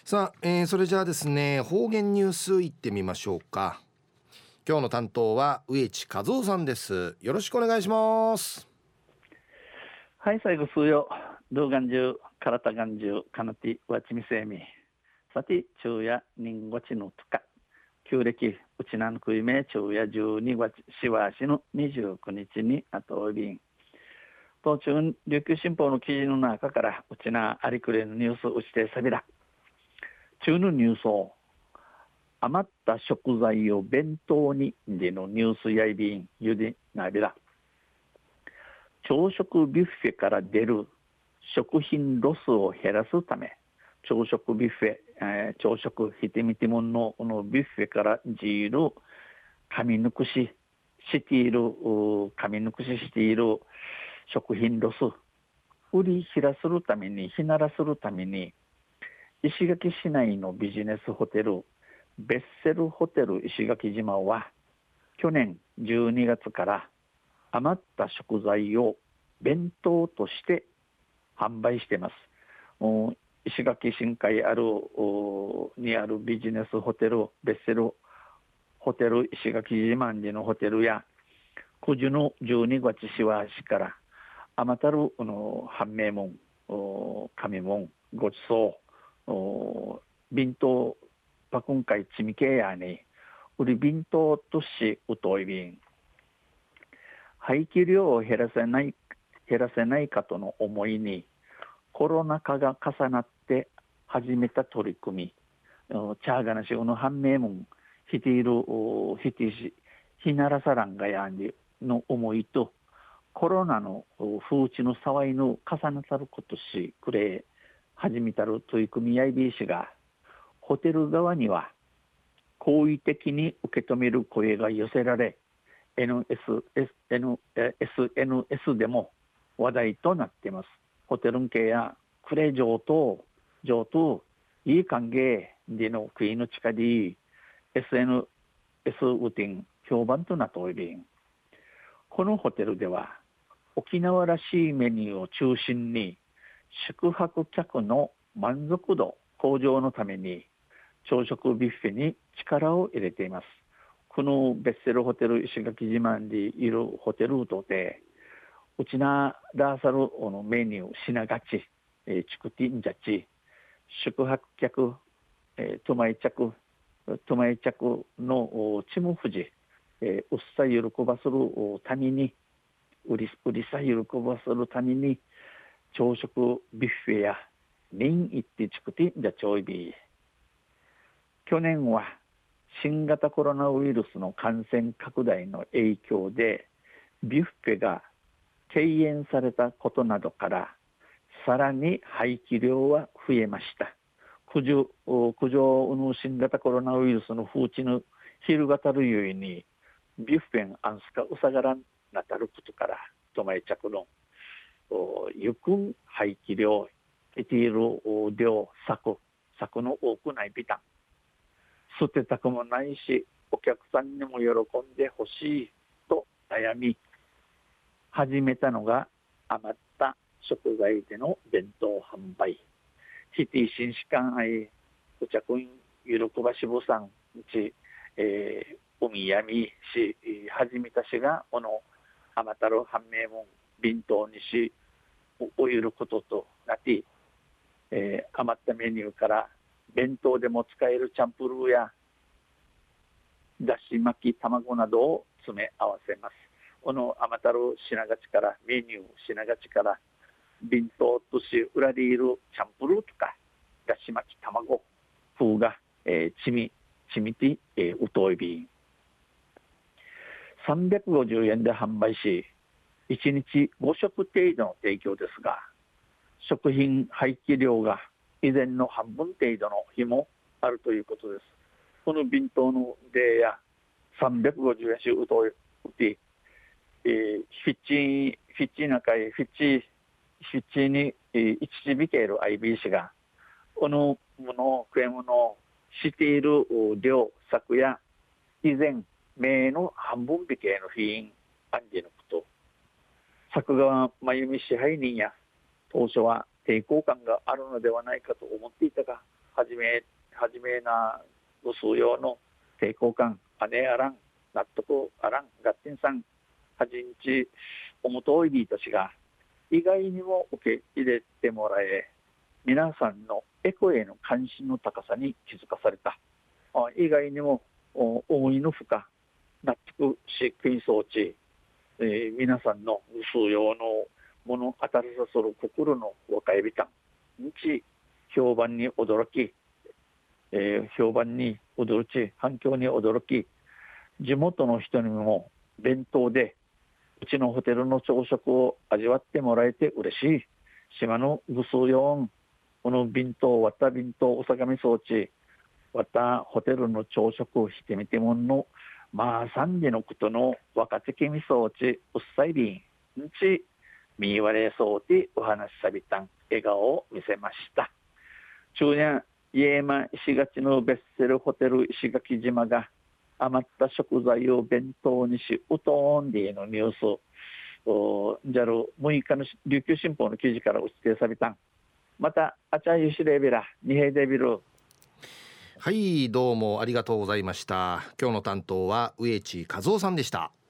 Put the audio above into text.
さあ、それじゃあですね、方言ニュースいってみましょうか。今日の担当は植地和夫さんです。よろしくお願いします。 はい、最後数曜、動画中、からたがんじゅう、かなて、わちみせみ。さて、昼夜、人ごちのとか、旧暦、うちなんくいめ、昼夜12月、しわしの29日に、あとびん。途中、琉球新報の記事の中から、うちなありくれのニュース、うちてさびら。中のニュースを、余った食材を弁当に、でのニュースやいびん、ゆでなびら。朝食ビュッフェから出る食品ロスを減らすため、朝食ビュッフェ、朝食ひてみてもんのこのビュッフェから自由る紙抜くししている紙抜くししている食品ロス売りひらするためにひならするために石垣市内のビジネスホテルベッセルホテル石垣島は去年12月から余った食材を弁当として販売しています。石垣新海にあるビジネスホテルベッセルホテル石垣島のホテルや九時の12月しわしから余たる半名門紙門ごちそう便当パクン会ちみけやに売り便当としうとい便廃棄量を減らせないかとの思いにコロナ禍が重なって始めた取り組みチャーガナシオの判明もヒティルヒティシヒナラサランガヤンデの思いとコロナの風知の騒いの重なたることしくれ始めたる取り組みやいびいしがホテル側には好意的に受け止める声が寄せられ SNS でも話題となっています。ホテル系やクレ上等いい歓迎での国の近で SNS ウティン評判となっており、このホテルでは沖縄らしいメニューを中心に宿泊客の満足度向上のために朝食ビュッフェに力を入れています。このベッセルホテル石垣島にいるホテルとでうちなラーサルのメニュー品がち、チクティンジャチ宿泊客、トマイ着のチムフジ、うっさ喜ばする谷にうりさ喜ばする谷に朝食ビュッフェやリンイッティチクティンジャチョイビー去年は新型コロナウイルスの感染拡大の影響でビュッフェが敬遠されたことなどからさらに廃棄量は増えました。苦情の新型コロナウイルスの風知の昼がたるゆえにビュッフェンアンスカウサガランなたることからとまい着のゆくん廃棄量エティール量作の多くないビタン捨てたくもないしお客さんにも喜んでほしいと悩み始めたのが余った食材での弁当販売シティ新士官愛お茶くんゆるくばしぶさんち、海闇し始めたしがこの余ったる判明も弁当にしおゆることとなって、余ったメニューから弁当でも使えるチャンプルーやだし巻き卵などを詰め合わせます。この余ったる品がちからメニュー品がちから弁当とし裏でいるチャンプルーとかだし巻き卵風が、ちみて、うといびん350円で販売し1日5食程度の提供ですが食品廃棄量が以前の半分程度の日もあるということです。この便当の例や350円しうというて、フィッチ中へフィッチに一時ビケール IB 氏がこのものを食え物をしている量作や以前名の半分ビケのフィーンアンジのこと作川真由美支配人や当初は抵抗感があるのではないかと思っていたがはじめなご数用の抵抗感あねあらん納得あらんガッテンさんはじんちおもといりとしが意外にも受け入れてもらえ、皆さんのエコへの関心の高さに気づかされた。意外にも思いの負荷納得し食い装置、皆さんの数用のもの当たりさそる心の若いびたん日評判に驚き、評判に驚き反響に驚き、地元の人にも弁当でうちのホテルの朝食を味わってもらえて嬉しい。島のぐすうよんこの便当わた便当おさがみ装置わたホテルの朝食をしてみてもんのまあ3時のことの若手きみ装置うっさいびんんちみわれそうてお話しさびたん笑顔を見せました。中年家山石垣のベッセルホテル石垣島が余った食材を弁当にしうとんでのニュースじゃる6日の琉球新報の記事から打ち出さびたん。またあちゃゆしレビラ二平デビル。 はい、どうもありがとうございました。今日の担当は植地和夫さんでした。